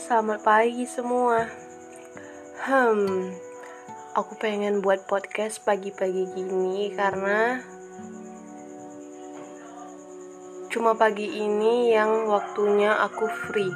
Selamat pagi semua. Aku pengen buat podcast pagi-pagi gini karena cuma pagi ini yang waktunya aku free.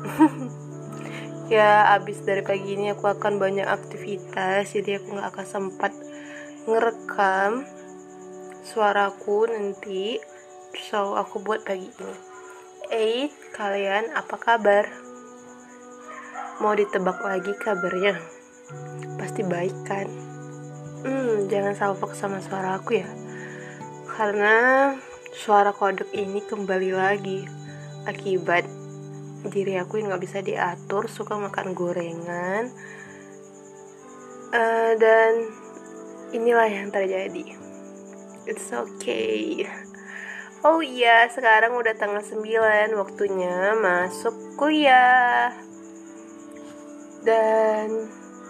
Ya, abis dari pagi ini aku akan banyak aktivitas, jadi aku gak akan sempat ngerekam suaraku nanti. So, aku buat pagi ini. Kalian apa kabar? Mau ditebak lagi kabarnya? Pasti baik kan? Jangan salfok sama suara aku ya. Karena suara kodok ini kembali lagi akibat diri aku yang gak bisa diatur, suka makan gorengan, dan inilah yang terjadi. It's okay. Oh iya, sekarang udah tanggal 9, waktunya masuk kuliah. Dan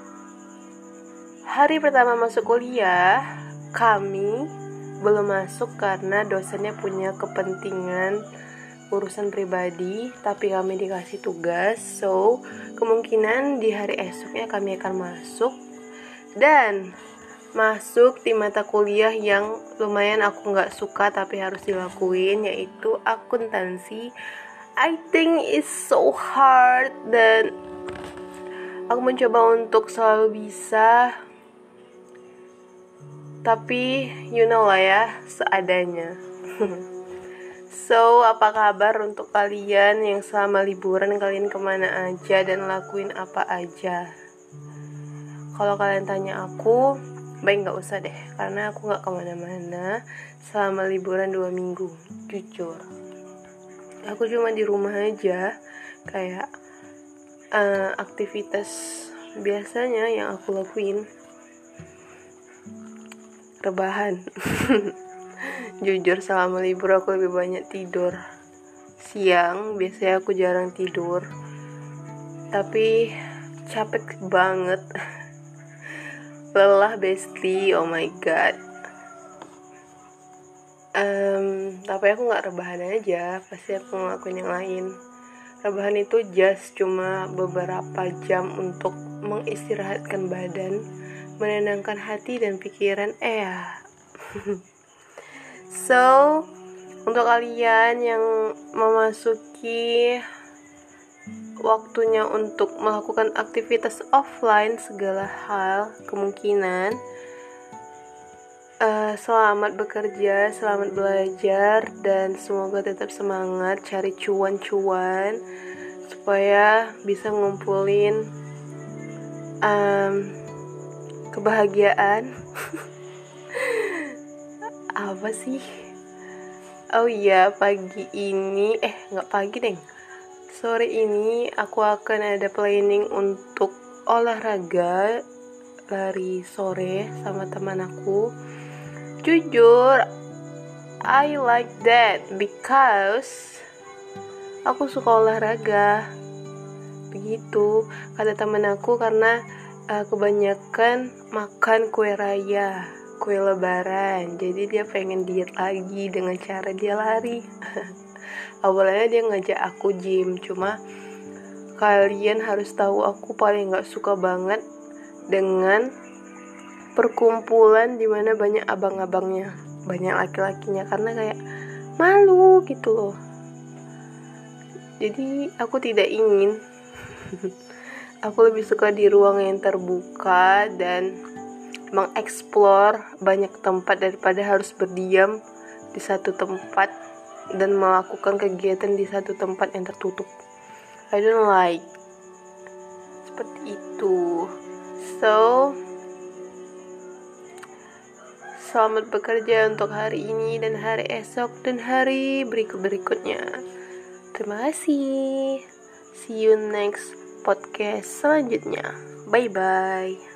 hari pertama masuk kuliah, kami belum masuk karena dosennya punya kepentingan urusan pribadi, tapi kami dikasih tugas. So, kemungkinan di hari esoknya kami akan masuk. Dan masuk di mata kuliah yang lumayan aku gak suka tapi harus dilakuin, yaitu akuntansi. I think it's so hard dan aku mencoba untuk selalu bisa, tapi you know lah ya, seadanya. So, apa kabar untuk kalian yang selama liburan kalian kemana aja dan lakuin apa aja? Kalau kalian tanya aku, baik gak usah deh, karena aku gak kemana-mana selama liburan 2 minggu, jujur. Aku cuma di rumah aja, kayak aktivitas biasanya yang aku lakuin, rebahan. Jujur selama libur aku lebih banyak tidur siang, biasanya aku jarang tidur, tapi capek banget. Lelah bestie, oh my god. Tapi aku gak rebahan aja, pasti aku ngelakuin yang lain. Rebahan itu just cuma beberapa jam untuk mengistirahatkan badan, menenangkan hati dan pikiran. So, untuk kalian yang memasuki waktunya untuk melakukan aktivitas offline segala hal, kemungkinan selamat bekerja, selamat belajar, dan semoga tetap semangat cari cuan-cuan supaya bisa ngumpulin kebahagiaan. Apa sih? Oh iya, pagi ini nggak pagi deng, sore ini aku akan ada planning untuk olahraga, lari sore sama teman aku. Jujur, I like that because aku suka olahraga. Begitu kata teman aku, karena kebanyakan makan kue raya, kue lebaran, jadi dia pengen diet lagi dengan cara dia lari. Awalnya dia ngajak aku gym, cuma kalian harus tahu aku paling gak suka banget dengan perkumpulan dimana banyak abang-abangnya, banyak laki-lakinya, karena kayak malu gitu loh. Jadi aku tidak ingin. Aku lebih suka di ruang yang terbuka dan mengeksplor banyak tempat daripada harus berdiam di satu tempat dan melakukan kegiatan di satu tempat yang tertutup. I don't like seperti itu. So, selamat bekerja untuk hari ini dan hari esok dan hari berikut-berikutnya. Terima kasih. See you next podcast selanjutnya. Bye-bye.